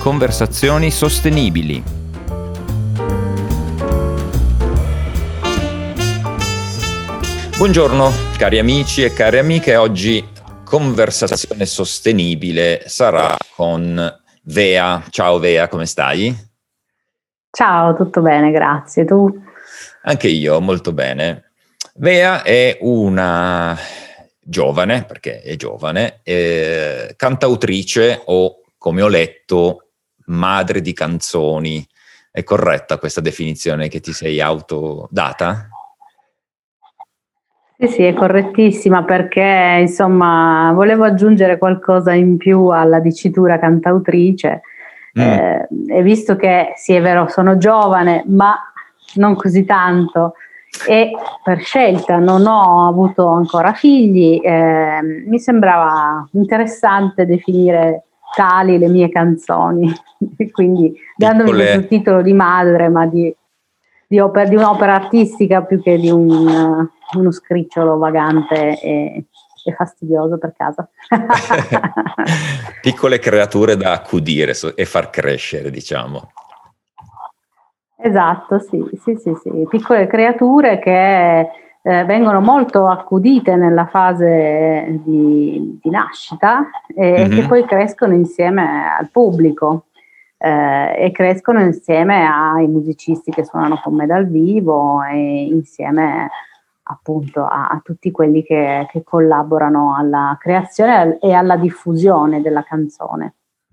Conversazioni sostenibili. Buongiorno cari amici e care amiche, oggi Conversazione sostenibile sarà con Vea. Ciao Vea, come stai? Ciao, tutto bene, grazie. Tu? Anche io, molto bene. Vea è una giovane, perché è giovane, cantautrice o, come ho letto, madre di canzoni. È corretta questa definizione che ti sei autodata? Sì, è correttissima perché, insomma, volevo aggiungere qualcosa in più alla dicitura cantautrice. E visto che, sì, è vero, sono giovane, ma non così tanto, e per scelta non ho avuto ancora figli, mi sembrava interessante definire tali le mie canzoni, quindi dandomi questo titolo di madre, ma di un'opera artistica più che di uno scricciolo vagante e fastidioso per casa. Piccole creature da accudire e far crescere, diciamo. Esatto, sì. Piccole creature che vengono molto accudite nella fase di nascita e che poi crescono insieme al pubblico. E crescono insieme ai musicisti che suonano con me dal vivo e insieme appunto a tutti quelli che collaborano alla creazione e alla diffusione della canzone.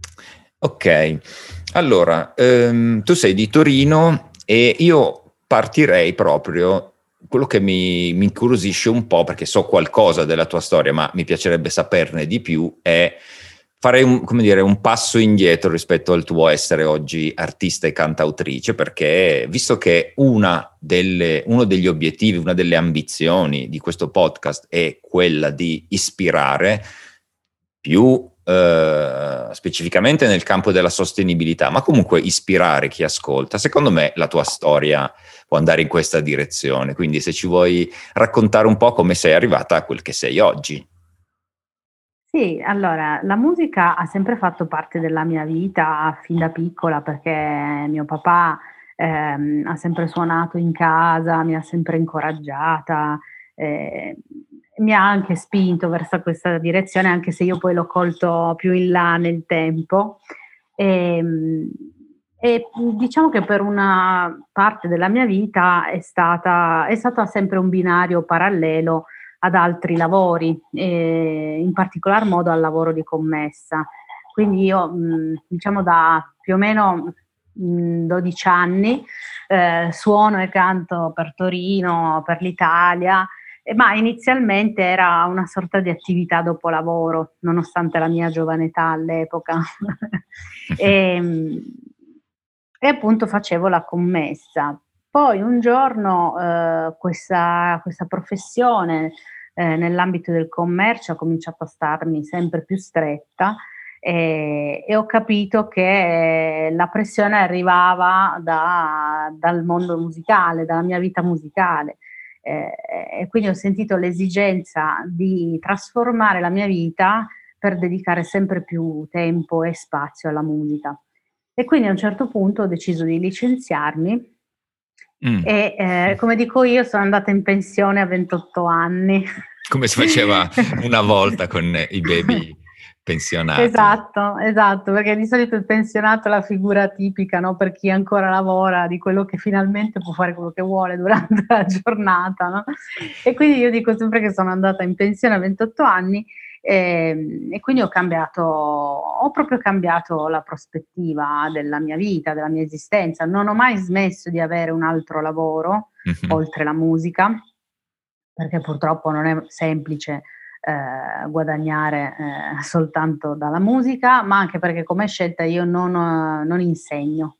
Ok, allora, tu sei di Torino e io partirei proprio, quello che mi incuriosisce un po', perché so qualcosa della tua storia, ma mi piacerebbe saperne di più, è fare un passo indietro rispetto al tuo essere oggi artista e cantautrice, perché visto che uno degli obiettivi, una delle ambizioni di questo podcast è quella di ispirare più specificamente nel campo della sostenibilità, ma comunque ispirare chi ascolta, secondo me la tua storia può andare in questa direzione. Quindi se ci vuoi raccontare un po' come sei arrivata a quel che sei oggi. Sì, allora, la musica ha sempre fatto parte della mia vita fin da piccola perché mio papà ha sempre suonato in casa, mi ha sempre incoraggiata, mi ha anche spinto verso questa direzione, anche se io poi l'ho colto più in là nel tempo. Ehm, E, diciamo che per una parte della mia vita è stata sempre un binario parallelo ad altri lavori, in particolar modo al lavoro di commessa. Quindi io, diciamo da più o meno 12 anni suono e canto per Torino, per l'Italia, ma inizialmente era una sorta di attività dopo lavoro, nonostante la mia giovane età all'epoca. E appunto facevo la commessa. Poi un giorno questa professione nell'ambito del commercio ha cominciato a starmi sempre più stretta e ho capito che la pressione arrivava dal mondo musicale, dalla mia vita musicale. E quindi ho sentito l'esigenza di trasformare la mia vita per dedicare sempre più tempo e spazio alla musica. E quindi a un certo punto ho deciso di licenziarmi e come dico io sono andata in pensione a 28 anni. Come si faceva una volta con i baby pensionati. Esatto, perché di solito il pensionato è la figura tipica, no, per chi ancora lavora, di quello che finalmente può fare quello che vuole durante la giornata, no? E quindi io dico sempre che sono andata in pensione a 28 anni e quindi ho proprio cambiato la prospettiva della mia vita, della mia esistenza. Non ho mai smesso di avere un altro lavoro oltre la musica, perché purtroppo non è semplice guadagnare soltanto dalla musica, ma anche perché come scelta io non insegno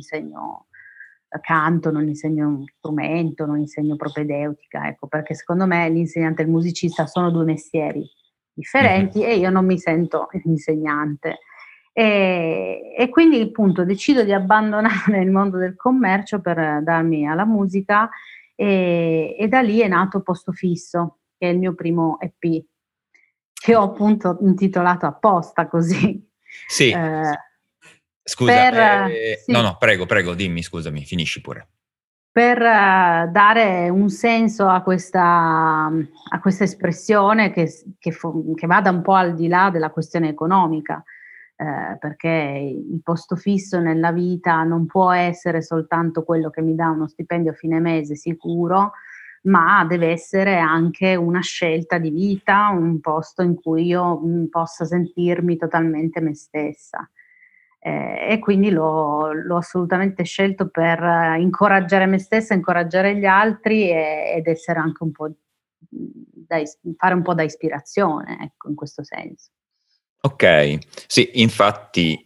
canto, non insegno un strumento, non insegno propedeutica, ecco, perché secondo me l'insegnante e il musicista sono due mestieri differenti e io non mi sento insegnante. E quindi appunto decido di abbandonare il mondo del commercio per darmi alla musica e da lì è nato Posto Fisso, che è il mio primo EP, che ho appunto intitolato apposta così. Sì, Scusa, per, no, sì, no, prego, prego, dimmi, scusami, finisci pure. per dare un senso a questa espressione che vada un po' al di là della questione economica, perché il posto fisso nella vita non può essere soltanto quello che mi dà uno stipendio a fine mese sicuro, ma deve essere anche una scelta di vita, un posto in cui io, possa sentirmi totalmente me stessa. E quindi l'ho assolutamente scelto per incoraggiare me stessa, incoraggiare gli altri ed essere anche un po', fare un po' da ispirazione, ecco, in questo senso. Ok, sì, infatti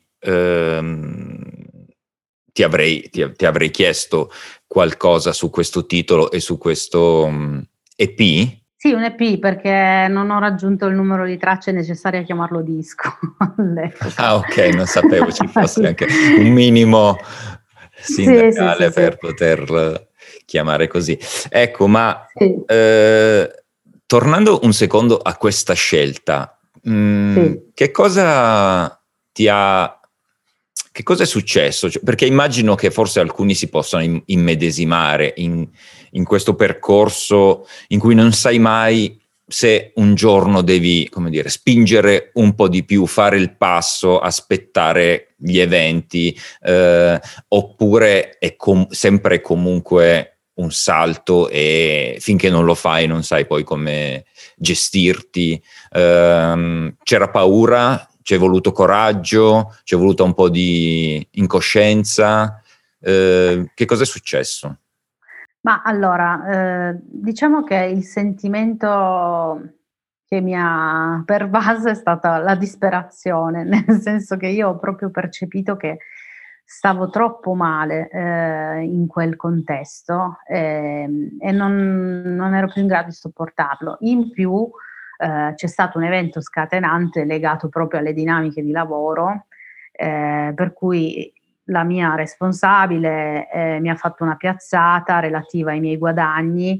ti avrei chiesto qualcosa su questo titolo e su questo EP. Sì, un EP perché non ho raggiunto il numero di tracce necessarie a chiamarlo disco all'epoca. Ah, ok, non sapevo ci fosse anche un minimo Sì, sì, sì, sindacale sì. per poter chiamare così. Ecco, ma Sì, tornando un secondo a questa scelta, sì. che cosa ti ha... Che cosa è successo? Cioè, perché immagino che forse alcuni si possano immedesimare in questo percorso in cui non sai mai se un giorno devi, come dire, spingere un po' di più, fare il passo, aspettare gli eventi, oppure è sempre e comunque un salto e finché non lo fai non sai poi come gestirti. C'era paura, c'è voluto coraggio, c'è voluto un po' di incoscienza. Che cosa è successo? Ma allora, diciamo che il sentimento che mi ha pervaso è stata la disperazione, nel senso che io ho proprio percepito che stavo troppo male, in quel contesto, e non ero più in grado di sopportarlo. In più, c'è stato un evento scatenante legato proprio alle dinamiche di lavoro, per cui la mia responsabile, mi ha fatto una piazzata relativa ai miei guadagni,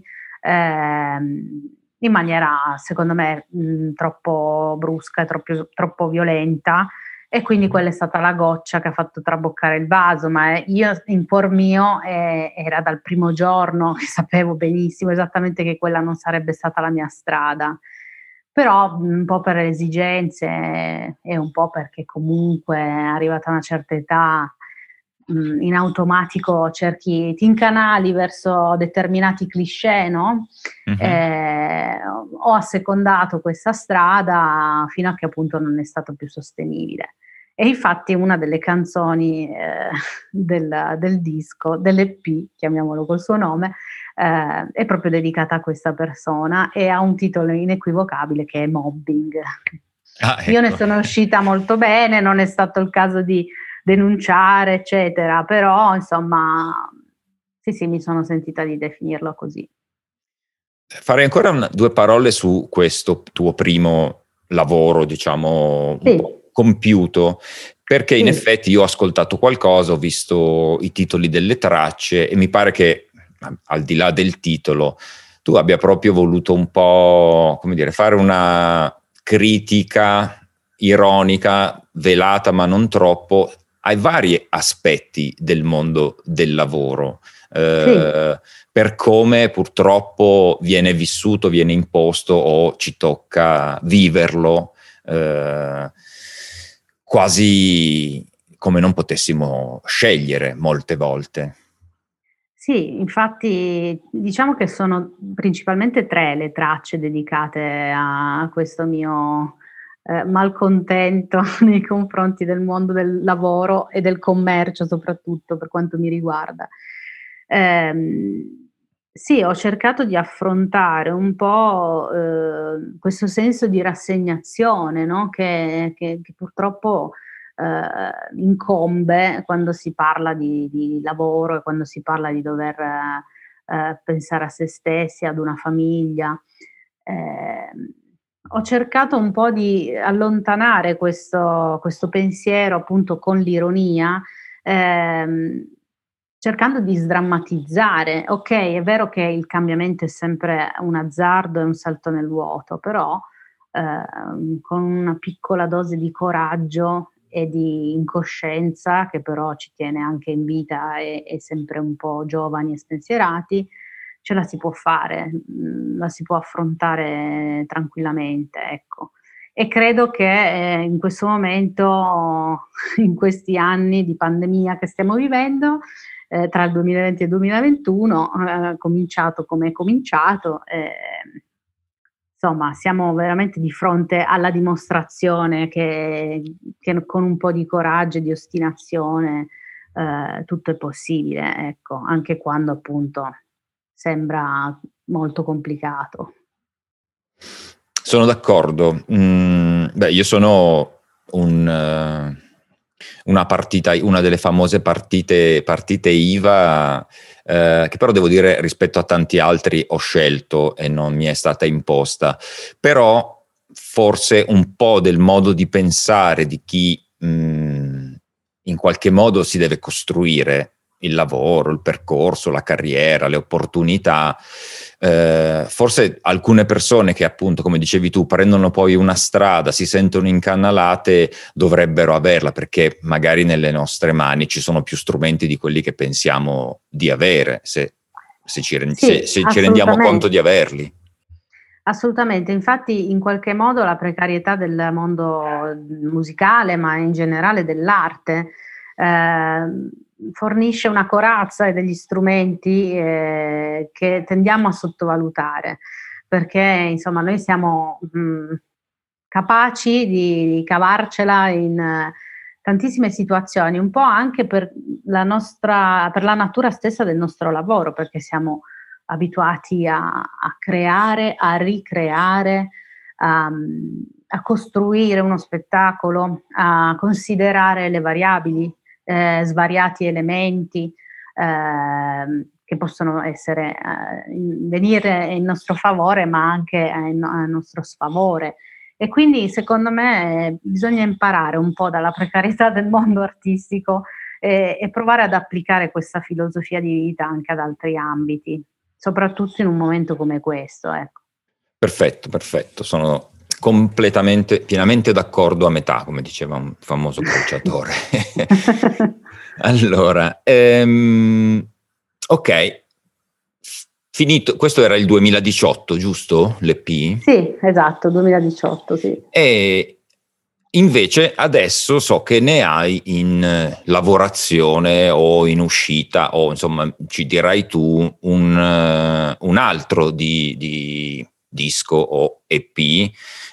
in maniera secondo me, troppo brusca e troppo violenta, e quindi quella è stata la goccia che ha fatto traboccare il vaso, ma, io in cuor mio, era dal primo giorno che sapevo benissimo esattamente che quella non sarebbe stata la mia strada. Però, un po' per le esigenze e un po' perché comunque arrivata a una certa età, in automatico ti incanali verso determinati cliché, no, Mhm. ho assecondato questa strada fino a che appunto non è stato più sostenibile. E infatti una delle canzoni, del disco, dell'EP, chiamiamolo col suo nome, è proprio dedicata a questa persona e ha un titolo inequivocabile che è Mobbing. Ah, Io ne ecco. sono uscita molto bene, non è stato il caso di denunciare, eccetera, però insomma, sì, sì, mi sono sentita di definirlo così. Farei ancora due parole su questo tuo primo lavoro, diciamo, un Sì, po' compiuto, perché in sì, effetti io ho ascoltato qualcosa, ho visto i titoli delle tracce e mi pare che, al di là del titolo, tu abbia proprio voluto un po', come dire, fare una critica ironica, velata ma non troppo, ai vari aspetti del mondo del lavoro. sì. Per come purtroppo viene vissuto, viene imposto o ci tocca viverlo, quasi come non potessimo scegliere molte volte. Sì, infatti diciamo che sono principalmente 3 le tracce dedicate a questo mio, malcontento nei confronti del mondo del lavoro e del commercio, soprattutto per quanto mi riguarda. Sì, ho cercato di affrontare un po', questo senso di rassegnazione, no, che purtroppo, incombe quando si parla di lavoro e quando si parla di dover, pensare a se stessi, ad una famiglia. Ehm, Ho cercato un po' di allontanare questo pensiero appunto con l'ironia, ehm, cercando di sdrammatizzare. Okay, è vero che il cambiamento è sempre un azzardo e un salto nel vuoto, però, con una piccola dose di coraggio e di incoscienza, che però ci tiene anche in vita e sempre un po' giovani e spensierati, ce la si può fare, la si può affrontare tranquillamente, ecco. E credo che, in questo momento, in questi anni di pandemia che stiamo vivendo, tra il 2020 e il 2021, cominciato come è cominciato, insomma siamo veramente di fronte alla dimostrazione che con un po' di coraggio e di ostinazione, tutto è possibile, ecco, anche quando appunto sembra molto complicato. Sono d'accordo. Beh, io sono una delle famose partite IVA, che però devo dire rispetto a tanti altri ho scelto e non mi è stata imposta. Però forse un po' del modo di pensare di chi in qualche modo si deve costruire il lavoro, il percorso, la carriera, le opportunità. Forse alcune persone che appunto, come dicevi tu, prendono poi una strada, si sentono incanalate, dovrebbero averla, perché magari nelle nostre mani ci sono più strumenti di quelli che pensiamo di avere, se Sì, ci rendiamo conto di assolutamente. averli. Assolutamente, infatti in qualche modo la precarietà del mondo musicale, ma in generale dell'arte, ehm, fornisce una corazza e degli strumenti, che tendiamo a sottovalutare, perché insomma noi siamo, capaci di cavarcela in tantissime situazioni, un po' anche per la natura stessa del nostro lavoro, perché siamo abituati a creare, a ricreare, a costruire uno spettacolo, a considerare le variabili, svariati elementi, che possono essere venire in nostro favore, ma anche a nostro sfavore. E quindi secondo me bisogna imparare un po' dalla precarietà del mondo artistico e provare ad applicare questa filosofia di vita anche ad altri ambiti, soprattutto in un momento come questo, ecco. Perfetto, perfetto. Sono completamente, pienamente d'accordo a metà, come diceva un famoso calciatore. Allora, ok, finito. Questo era il 2018, giusto? L'EP? Sì, esatto, 2018, sì. E invece adesso so che ne hai in lavorazione o in uscita, o insomma ci dirai tu un altro di disco o EP.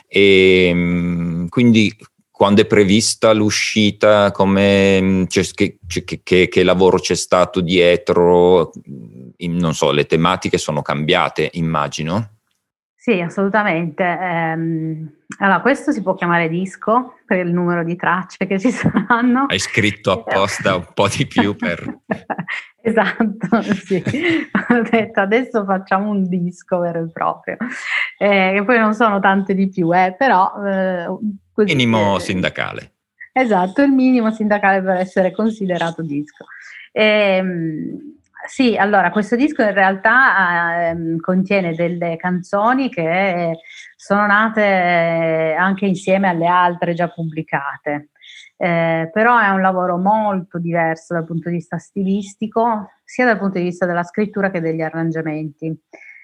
E quindi quando è prevista l'uscita, che lavoro c'è stato dietro? Non so, le tematiche sono cambiate, immagino. Sì, assolutamente. Allora questo si può chiamare disco per il numero di tracce che ci saranno. Hai scritto apposta un po' di più per... Esatto, sì. Ho detto: "Adesso facciamo un disco vero e proprio". Che poi non sono tante di più, però, così, Minimo sindacale. esatto, il minimo sindacale per essere considerato disco. Sì, allora questo disco in realtà, contiene delle canzoni che sono nate anche insieme alle altre già pubblicate. Però è un lavoro molto diverso dal punto di vista stilistico, sia dal punto di vista della scrittura che degli arrangiamenti.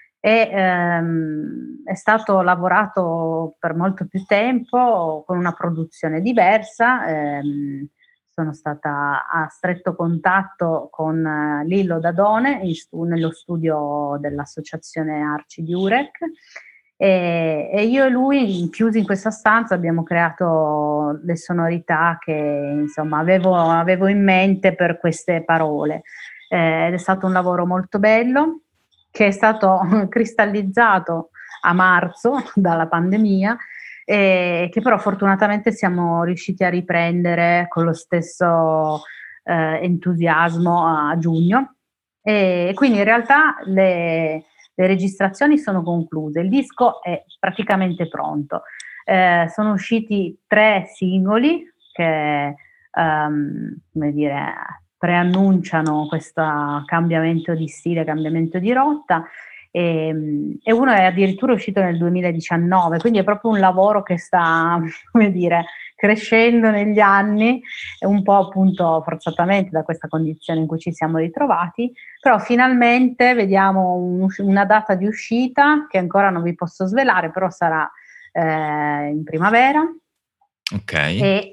È stato lavorato per molto più tempo con una produzione diversa. Sono stata a stretto contatto con Lillo Dadone nello studio dell'associazione Arci di Urec, e io e lui chiusi in questa stanza abbiamo creato le sonorità che insomma avevo in mente per queste parole. Ed è stato un lavoro molto bello che è stato cristallizzato a marzo dalla pandemia, che però fortunatamente siamo riusciti a riprendere con lo stesso entusiasmo a giugno. E quindi in realtà le registrazioni sono concluse, il disco è praticamente pronto. Sono usciti 3 singoli che, come dire, preannunciano questo cambiamento di stile, cambiamento di rotta, e uno è addirittura uscito nel 2019, quindi è proprio un lavoro che sta, come dire, crescendo negli anni, un po' appunto forzatamente da questa condizione in cui ci siamo ritrovati, però finalmente vediamo una data di uscita che ancora non vi posso svelare, però sarà in primavera. Ok. E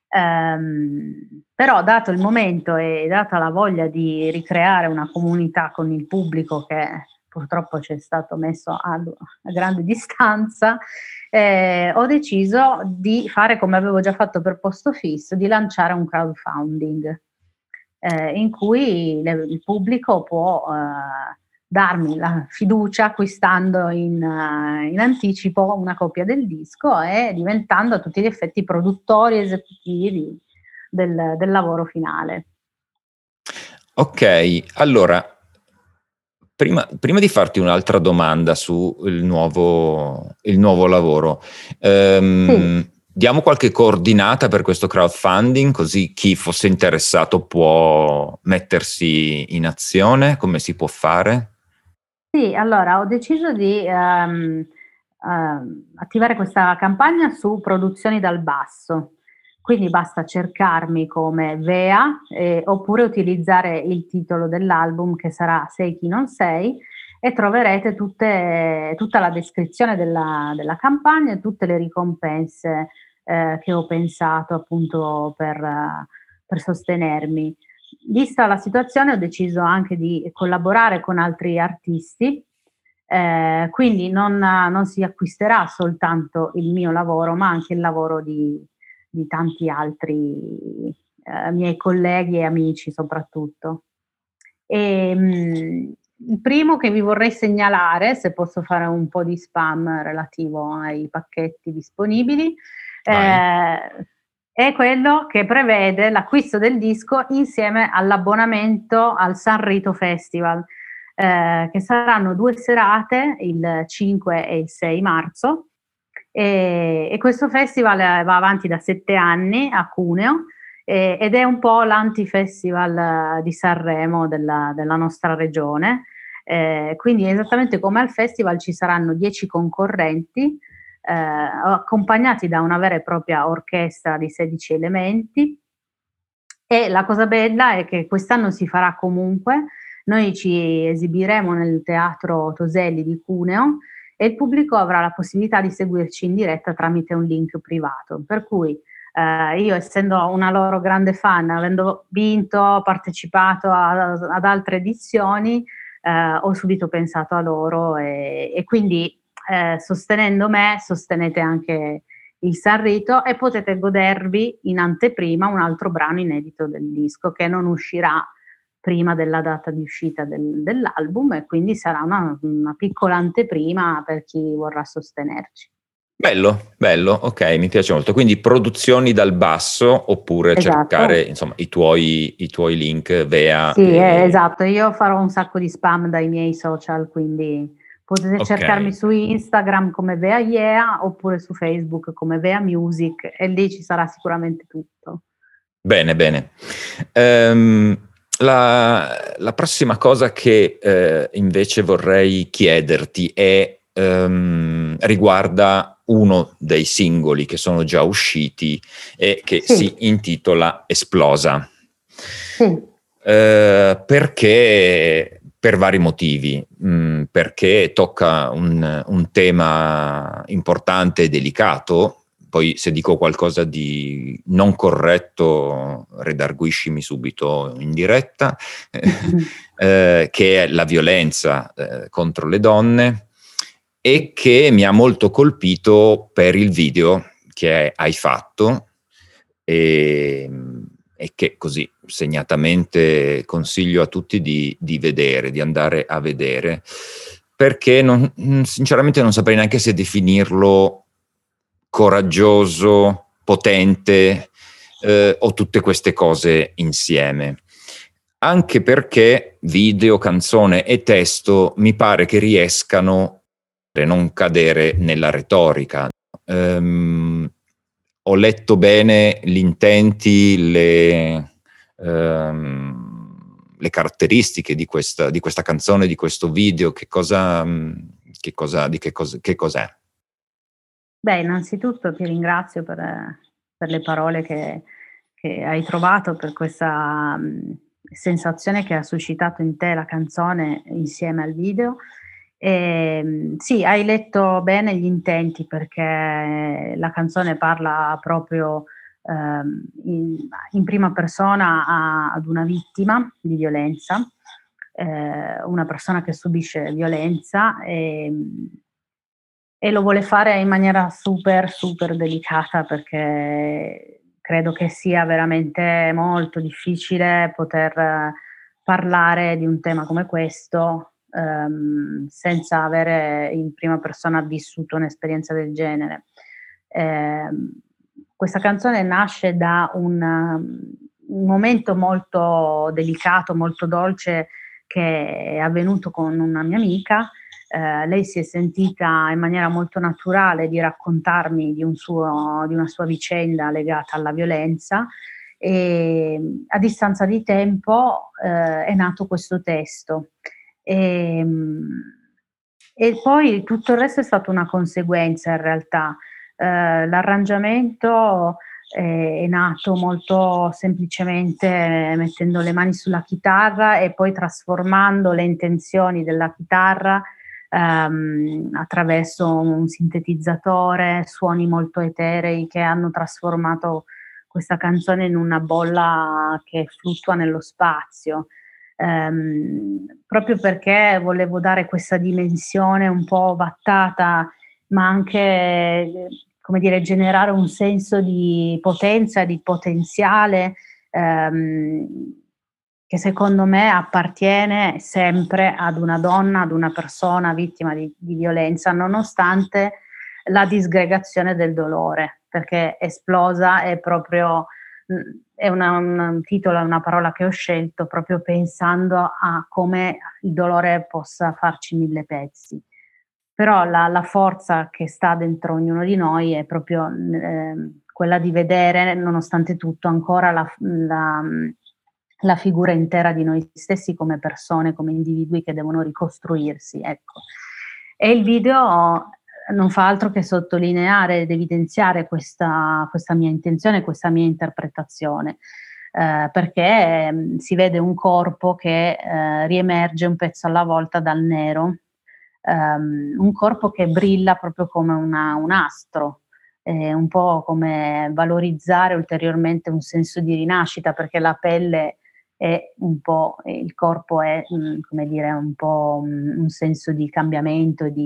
però dato il momento e data la voglia di ricreare una comunità con il pubblico che purtroppo ci è stato messo a grande distanza, ho deciso di fare come avevo già fatto per Posto Fisso, di lanciare un crowdfunding in cui il pubblico può darmi la fiducia acquistando in anticipo una copia del disco e diventando a tutti gli effetti produttori esecutivi del lavoro finale. Ok, allora, prima di farti un'altra domanda sul nuovo lavoro, Sì. diamo qualche coordinata per questo crowdfunding, così chi fosse interessato può mettersi in azione, come si può fare? Sì, allora ho deciso di attivare questa campagna su produzioni dal basso, quindi basta cercarmi come Vea, oppure utilizzare il titolo dell'album che sarà Sei chi non sei e troverete tutta la descrizione della campagna e tutte le ricompense che ho pensato appunto per sostenermi. Vista la situazione ho deciso anche di collaborare con altri artisti, quindi non si acquisterà soltanto il mio lavoro, ma anche il lavoro di tanti altri miei colleghi e amici soprattutto. Il primo che vi vorrei segnalare, se posso fare un po' di spam relativo ai pacchetti disponibili, Vai. è quello che prevede l'acquisto del disco insieme all'abbonamento al San Rito Festival, che saranno 2 serate, il 5 e il 6 marzo, e questo festival va avanti da 7 anni a Cuneo, ed è un po' l'anti-festival di Sanremo della nostra regione. Quindi esattamente come al festival ci saranno 10 concorrenti, accompagnati da una vera e propria orchestra di 16 elementi. E la cosa bella è che quest'anno si farà comunque, noi ci esibiremo nel Teatro Toselli di Cuneo e il pubblico avrà la possibilità di seguirci in diretta tramite un link privato, per cui io essendo una loro grande fan, avendo vinto, partecipato ad altre edizioni, ho subito pensato a loro e quindi sostenendo me sostenete anche il San Rito e potete godervi in anteprima un altro brano inedito del disco che non uscirà prima della data di uscita dell'album e quindi sarà una piccola anteprima per chi vorrà sostenerci. Bello, bello, ok, mi piace molto. Quindi produzioni dal basso oppure cercare, Esatto. insomma, i tuoi link Vea Sì, e... esatto, io farò un sacco di spam dai miei social, quindi potete Ok, cercarmi su Instagram come Vea Yeah oppure su Facebook come Vea Music e lì ci sarà sicuramente tutto. bene, bene. La prossima cosa che invece vorrei chiederti è riguarda uno dei singoli che sono già usciti e che si Sì, intitola Esplosa. sì. Perché per vari motivi, perché tocca un tema importante e delicato. Poi se dico qualcosa di non corretto, redarguiscimi subito in diretta, che è la violenza contro le donne e Sì. che mi ha molto colpito per il video che hai fatto e, e che così segnatamente consiglio a tutti di vedere, di andare a vedere, perché sinceramente non saprei neanche se definirlo coraggioso, potente o tutte queste cose insieme. Anche perché video, canzone e testo mi pare che riescano a non cadere nella retorica. Ho letto bene gli intenti, le caratteristiche di questa canzone, di questo video, che cos'è? Beh, innanzitutto ti ringrazio per le parole che hai trovato, per questa sensazione che ha suscitato in te la canzone insieme al video. Sì, hai letto bene gli intenti, perché la canzone parla proprio in prima persona ad una vittima di violenza, una persona che subisce violenza, e lo vuole fare in maniera super, super delicata, perché credo che sia veramente molto difficile poter parlare di un tema come questo, senza avere in prima persona vissuto un'esperienza del genere. Ehm, Questa canzone nasce da un momento molto delicato, molto dolce, che è avvenuto con una mia amica. Lei si è sentita in maniera molto naturale di raccontarmi di una sua vicenda legata alla violenza, e a distanza di tempo è nato questo testo. Ehm, e poi tutto il resto è stato una conseguenza, in realtà. L'arrangiamento è nato molto semplicemente mettendo le mani sulla chitarra e poi trasformando le intenzioni della chitarra attraverso un sintetizzatore, suoni molto eterei che hanno trasformato questa canzone in una bolla che fluttua nello spazio. Proprio perché volevo dare questa dimensione un po' vattata, ma anche, come dire, generare un senso di potenza, di potenziale, ehm, che secondo me appartiene sempre ad una donna, ad una persona vittima di violenza, nonostante la disgregazione del dolore, perché esplosa è proprio è un titolo, è una parola che ho scelto proprio pensando a come il dolore possa farci mille pezzi. Però la forza che sta dentro ognuno di noi è proprio quella di vedere, nonostante tutto, ancora la figura intera di noi stessi come persone, come individui che devono ricostruirsi, ecco. E il video non fa altro che sottolineare ed evidenziare questa mia intenzione, questa mia interpretazione, perché si vede un corpo che riemerge un pezzo alla volta dal nero, un corpo che brilla proprio come un astro, un po' come valorizzare ulteriormente un senso di rinascita, perché la pelle è un po', il corpo è, come dire, un po' un senso di cambiamento e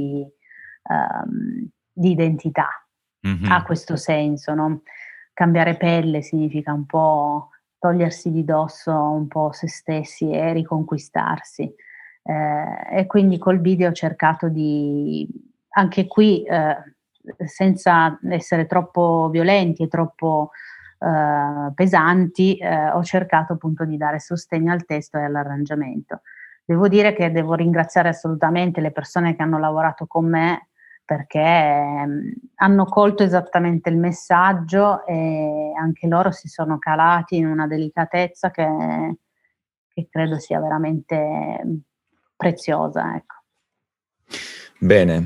di identità. Mhm. Ha questo senso, no? Cambiare pelle significa un po' togliersi di dosso un po' se stessi e riconquistarsi. E quindi col video ho cercato di, anche qui, senza essere troppo violenti e troppo pesanti, ho cercato appunto di dare sostegno al testo e all'arrangiamento. Devo dire che devo ringraziare assolutamente le persone che hanno lavorato con me, perché hanno colto esattamente il messaggio e anche loro si sono calati in una delicatezza che credo sia veramente preziosa, ecco. Bene.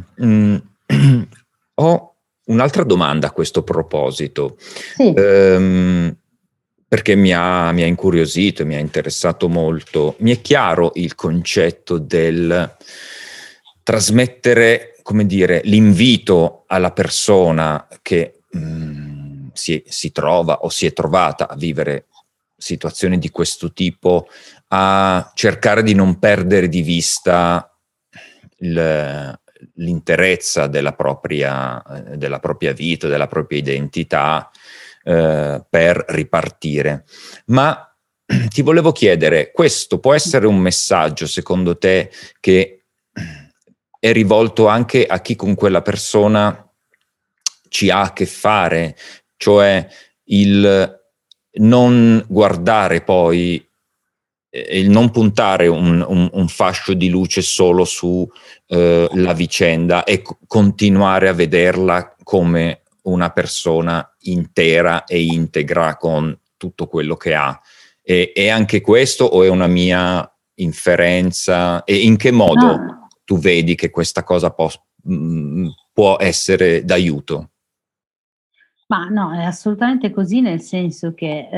Ho un'altra domanda a questo proposito, Sì. perché mi ha incuriosito, mi ha interessato molto. Mi è chiaro il concetto del trasmettere, come dire, l'invito alla persona che si trova o si è trovata a vivere situazioni di questo tipo, a cercare di non perdere di vista l'interezza della propria vita, della propria identità, per ripartire. Ma ti volevo chiedere, questo può essere un messaggio, secondo te, che è rivolto anche a chi con quella persona ci ha a che fare, cioè il non guardare poi, il non puntare un fascio di luce solo su la vicenda e continuare a vederla come una persona intera e integra con tutto quello che ha. È anche questo o è una mia inferenza? E in che modo No. tu vedi che questa cosa può essere d'aiuto? Ma no, è assolutamente così, nel senso che,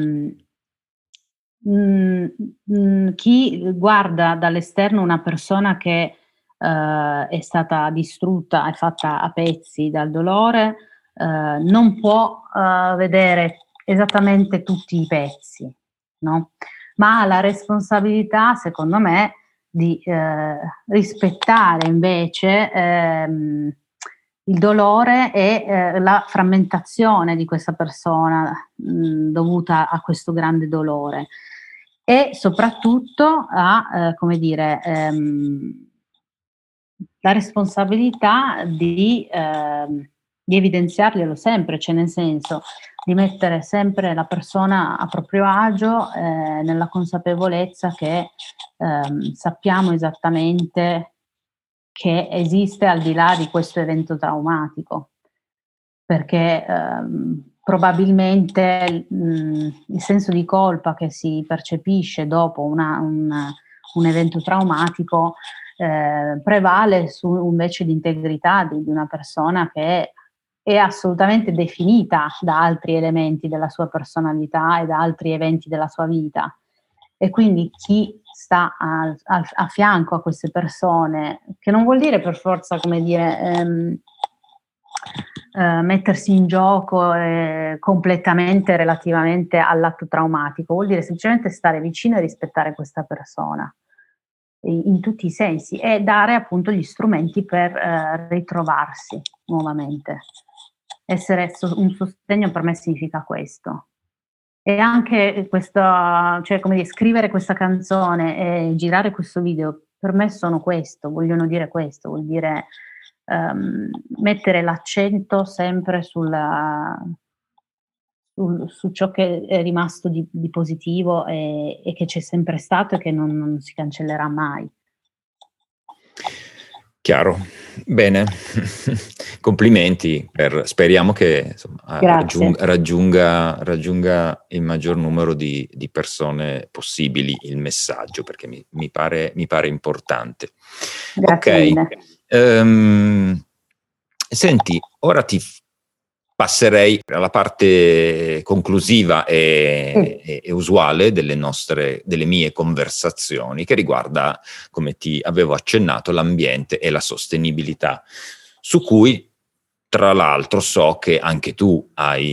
chi guarda dall'esterno una persona che, è stata distrutta e fatta a pezzi dal dolore, non può, vedere esattamente tutti i pezzi, no, ma ha la responsabilità, secondo me, di, rispettare invece, il dolore e, la frammentazione di questa persona, dovuta a questo grande dolore. E soprattutto ha, come dire, la responsabilità di evidenziarglielo sempre, cioè nel senso di mettere sempre la persona a proprio agio, nella consapevolezza che, sappiamo esattamente che esiste al di là di questo evento traumatico, perché, probabilmente, il senso di colpa che si percepisce dopo un evento traumatico, prevale su invece l'integrità di una persona che è assolutamente definita da altri elementi della sua personalità e da altri eventi della sua vita. E quindi chi sta a fianco a queste persone, che non vuol dire per forza, come dire, mettersi in gioco, completamente relativamente all'atto traumatico, vuol dire semplicemente stare vicino e rispettare questa persona in tutti i sensi e dare appunto gli strumenti per ritrovarsi nuovamente. Essere un sostegno per me significa questo. E anche questa, cioè come dire, scrivere questa canzone e girare questo video per me sono questo, vogliono dire questo, vuol dire, mettere l'accento sempre su ciò che è rimasto di positivo e che c'è sempre stato e che non si cancellerà mai. Chiaro, bene, complimenti, speriamo che insomma, Grazie. raggiunga il maggior numero di persone possibili il messaggio, perché mi pare importante. Grazie Ok, mille. senti, ora ti passerei alla parte conclusiva e usuale delle mie conversazioni, che riguarda, come ti avevo accennato, l'ambiente e la sostenibilità, su cui tra l'altro so che anche tu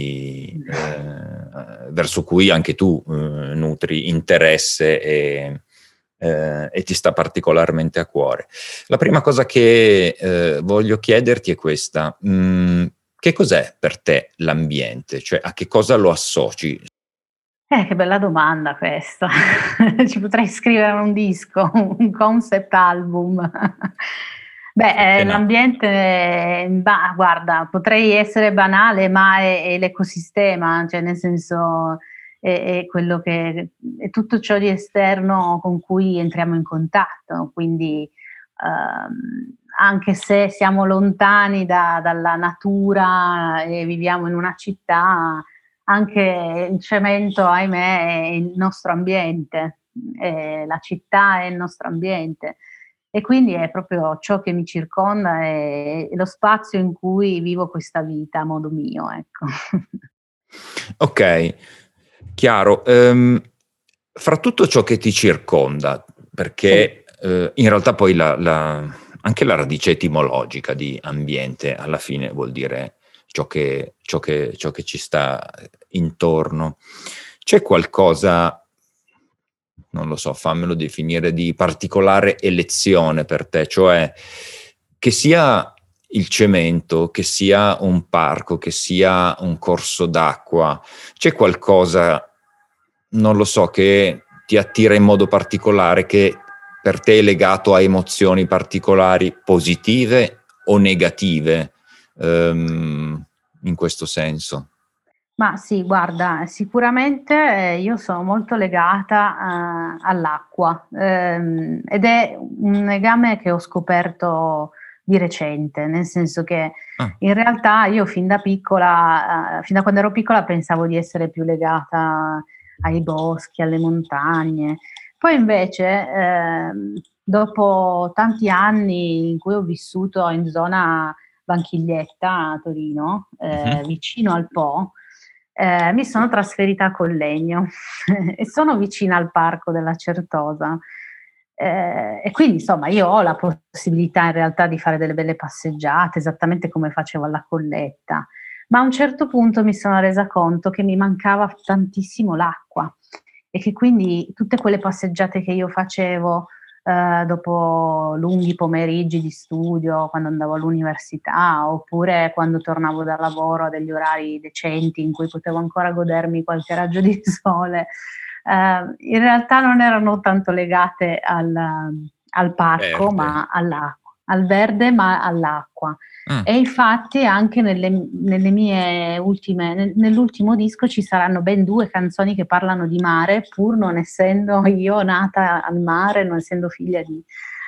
verso cui anche tu nutri interesse e ti sta particolarmente a cuore. La prima cosa che voglio chiederti è questa. Che cos'è per te l'ambiente? Cioè, a che cosa lo associ? Che bella domanda questa. Ci potrei scrivere un disco, un concept album. Beh, Perché no? l'ambiente, bah, guarda, potrei essere banale, ma è l'ecosistema, cioè nel senso è quello che è tutto ciò di esterno con cui entriamo in contatto, quindi, anche se siamo lontani dalla natura e viviamo in una città, anche il cemento, ahimè, è il nostro ambiente, la città è il nostro ambiente e quindi è proprio ciò che mi circonda e lo spazio in cui vivo questa vita a modo mio, ecco. Ok, chiaro. Fra tutto ciò che ti circonda, Sì. perché in realtà poi anche la radice etimologica di ambiente alla fine vuol dire ciò che ci sta intorno. C'è qualcosa, non lo so, fammelo definire, di particolare elezione per te, cioè che sia il cemento, che sia un parco, che sia un corso d'acqua, c'è qualcosa, non lo so, che ti attira in modo particolare, che per te è legato a emozioni particolari, positive o negative, in questo senso? Ma sì, guarda, sicuramente, io sono molto legata all'acqua, ed è un legame che ho scoperto di recente, nel senso che Ah, in realtà io fin da piccola, fin da quando ero piccola pensavo di essere più legata ai boschi, alle montagne. Poi invece, dopo tanti anni in cui ho vissuto in zona Banchiglietta a Torino, Mhm. vicino al Po, mi sono trasferita a Collegno e sono vicina al parco della Certosa. E quindi insomma io ho la possibilità in realtà di fare delle belle passeggiate, esattamente come facevo alla Colletta, ma a un certo punto mi sono resa conto che mi mancava tantissimo l'acqua e che quindi tutte quelle passeggiate che io facevo dopo lunghi pomeriggi di studio, quando andavo all'università, oppure quando tornavo dal lavoro a degli orari decenti in cui potevo ancora godermi qualche raggio di sole, in realtà non erano tanto legate al parco, Verde. ma all'acqua, al verde, ma all'acqua. Ah, E infatti anche nelle mie nell'ultimo disco ci saranno ben 2 canzoni che parlano di mare, pur non essendo io nata al mare, non essendo figlia di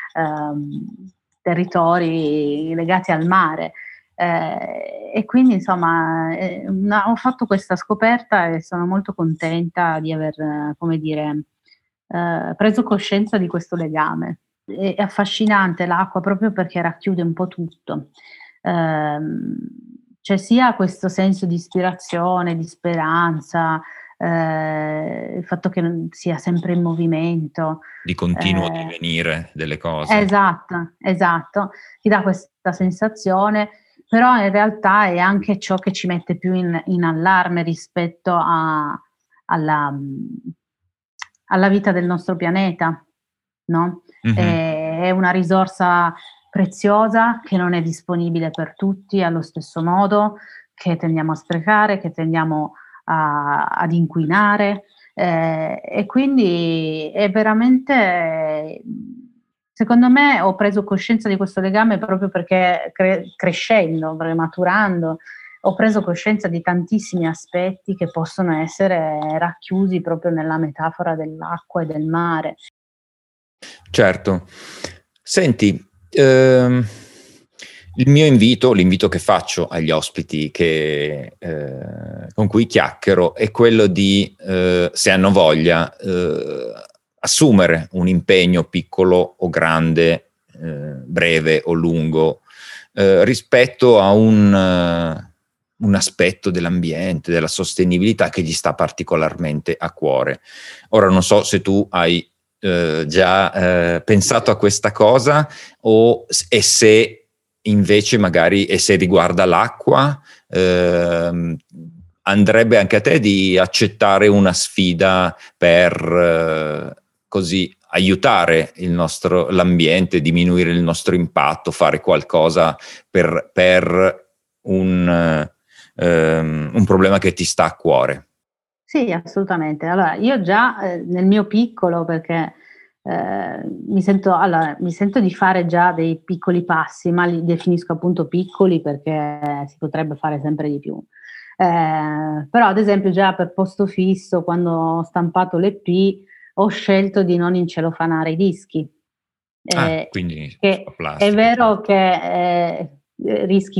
territori legati al mare. E quindi insomma, ho fatto questa scoperta e sono molto contenta di aver, come dire, preso coscienza di questo legame. È affascinante l'acqua proprio perché racchiude un po' tutto. Ehm, c'è sia questo senso di ispirazione, di speranza, il fatto che sia sempre in movimento. di continuo Eh, divenire delle cose. esatto, esatto, ti dà questa sensazione, però in realtà è anche ciò che ci mette più in allarme rispetto alla, alla vita del nostro pianeta, no? Mhm. È una risorsa preziosa che non è disponibile per tutti allo stesso modo, che tendiamo a sprecare, che tendiamo ad inquinare, e quindi è veramente, secondo me, ho preso coscienza di questo legame proprio perché crescendo, maturando, ho preso coscienza di tantissimi aspetti che possono essere racchiusi proprio nella metafora dell'acqua e del mare. Certo. Senti, il mio invito, l'invito che faccio agli ospiti con cui chiacchiero è quello di, se hanno voglia, assumere un impegno piccolo o grande, breve o lungo, rispetto a un aspetto dell'ambiente, della sostenibilità che gli sta particolarmente a cuore. Ora non so se tu hai già pensato a questa cosa e se invece magari e se riguarda l'acqua andrebbe anche a te di accettare una sfida per così aiutare l'ambiente, diminuire il nostro impatto, fare qualcosa per un problema che ti sta a cuore. Sì, assolutamente. Allora, io già, nel mio piccolo perché, mi sento di fare già dei piccoli passi, ma li definisco appunto piccoli perché si potrebbe fare sempre di più. Però ad esempio già per Posto Fisso, quando ho stampato l'EP, ho scelto di non incelofanare i dischi. Ah, Ehm, quindi che sulla è plastica, certo. vero che, rischi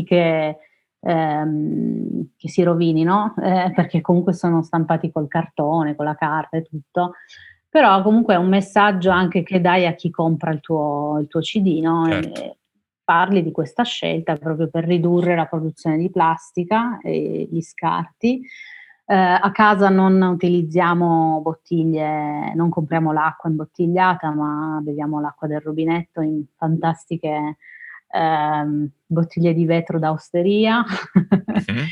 che si rovinino, perché comunque sono stampati col cartone, con la carta e tutto, però comunque è un messaggio anche che dai a chi compra il tuo CD, no, Certo. parli di questa scelta proprio per ridurre la produzione di plastica e gli scarti. A casa non utilizziamo bottiglie, non compriamo l'acqua imbottigliata, ma beviamo l'acqua del rubinetto in fantastiche bottiglie di vetro da osteria. Mhm.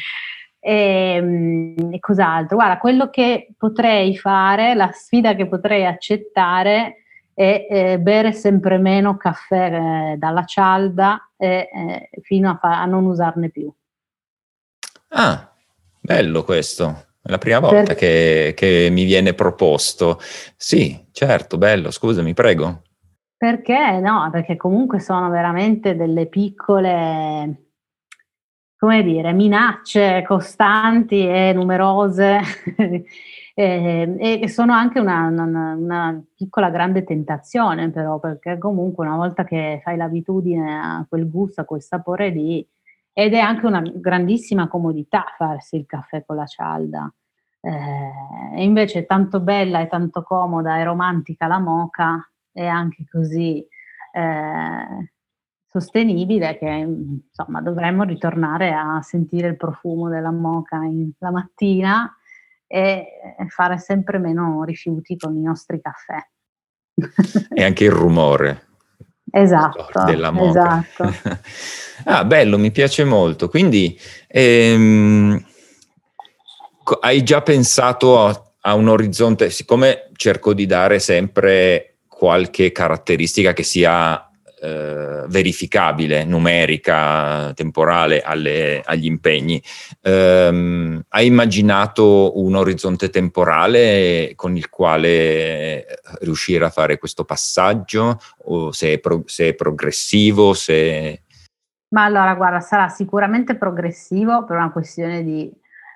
E cos'altro? Guarda, quello che potrei fare, la sfida che potrei accettare è bere sempre meno caffè dalla cialda fino a non usarne più. Ah, bello questo. È la prima volta Per che mi viene proposto. Sì, certo, bello. Scusami, prego. Perché no? Perché comunque sono veramente delle piccole, come dire, minacce costanti e numerose, e sono anche una piccola grande tentazione però, perché comunque una volta che fai l'abitudine a quel gusto, a quel sapore lì, ed è anche una grandissima comodità farsi il caffè con la cialda. E invece è tanto bella e tanto comoda e romantica la moka, e anche così, ehm, sostenibile, che insomma dovremmo ritornare a sentire il profumo della moka la mattina e fare sempre meno rifiuti con i nostri caffè. E anche il rumore. Esatto, della moka. esatto. Bello, mi piace molto. Quindi hai già pensato a un orizzonte, siccome cerco di dare sempre qualche caratteristica che sia verificabile, numerica, temporale agli impegni, hai immaginato un orizzonte temporale con il quale riuscire a fare questo passaggio, o se è progressivo, Ma allora, guarda, sarà sicuramente progressivo per una questione di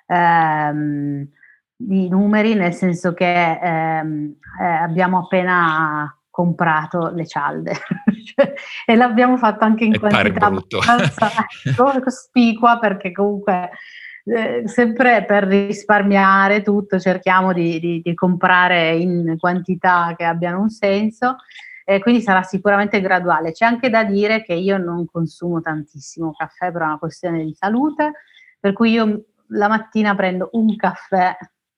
numeri, nel senso che abbiamo appena comprato le cialde e l'abbiamo fatto anche in quantità abbastanza cospicua, perché comunque sempre per risparmiare tutto cerchiamo di comprare in quantità che abbiano un senso, quindi sarà sicuramente graduale. C'è anche da dire che io non consumo tantissimo caffè per una questione di salute, per cui io la mattina prendo un caffè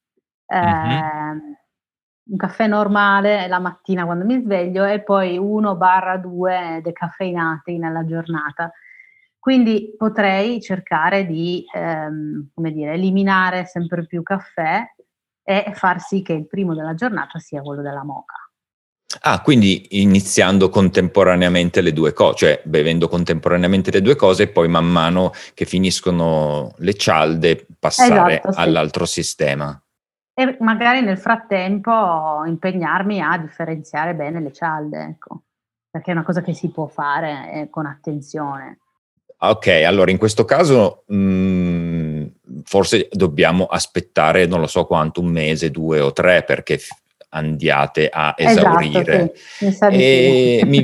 un caffè normale la mattina quando mi sveglio e poi 1/2 decaffeinati nella giornata. Quindi potrei cercare di eliminare sempre più caffè e far sì che il primo della giornata sia quello della moka. Quindi iniziando contemporaneamente le due cose, cioè bevendo contemporaneamente le due cose e poi man mano che finiscono le cialde passare all'altro sistema. E magari nel frattempo impegnarmi a differenziare bene le cialde, ecco, perché è una cosa che si può fare con attenzione. Ok, allora in questo caso forse dobbiamo aspettare, non lo so quanto, 1 mese, 2 o 3, perché andiate a esaurire. Esatto, sì. Mi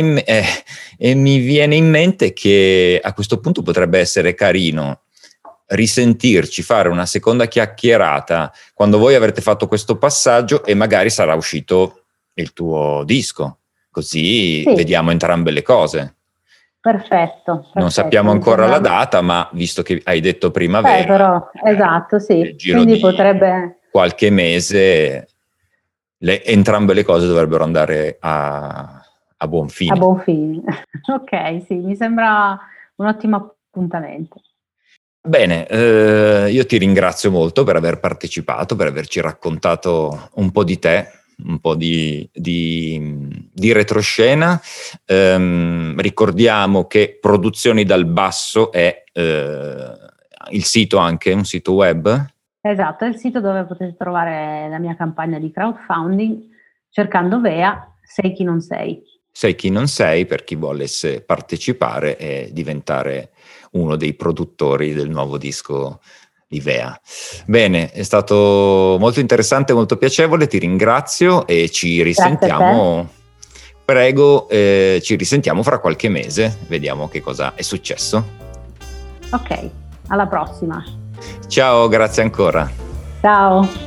viene in mente che a questo punto potrebbe essere carino risentirci, fare una seconda chiacchierata quando voi avrete fatto questo passaggio e magari sarà uscito il tuo disco, così vediamo entrambe le cose. Perfetto. Non sappiamo ancora la data, ma visto che hai detto primavera, però, esatto, sì. Quindi potrebbe qualche mese entrambe le cose dovrebbero andare a buon fine. A buon fine. Ok, sì, mi sembra un ottimo appuntamento. Bene, io ti ringrazio molto per aver partecipato, per averci raccontato un po' di te, un po' di retroscena. Ricordiamo che Produzioni dal Basso è il sito, anche un sito web. Esatto, è il sito dove potete trovare la mia campagna di crowdfunding cercando Vea, sei chi non sei. Sei chi non sei, per chi volesse partecipare e diventare uno dei produttori del nuovo disco di Vea. Bene, è stato molto interessante, molto piacevole, ti ringrazio e ci risentiamo. Prego, ci risentiamo fra qualche mese, vediamo che cosa è successo. Ok, alla prossima. Ciao, grazie ancora. Ciao.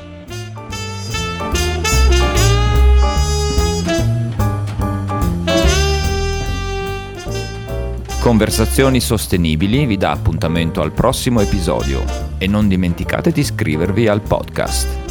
Conversazioni Sostenibili vi dà appuntamento al prossimo episodio e non dimenticate di iscrivervi al podcast.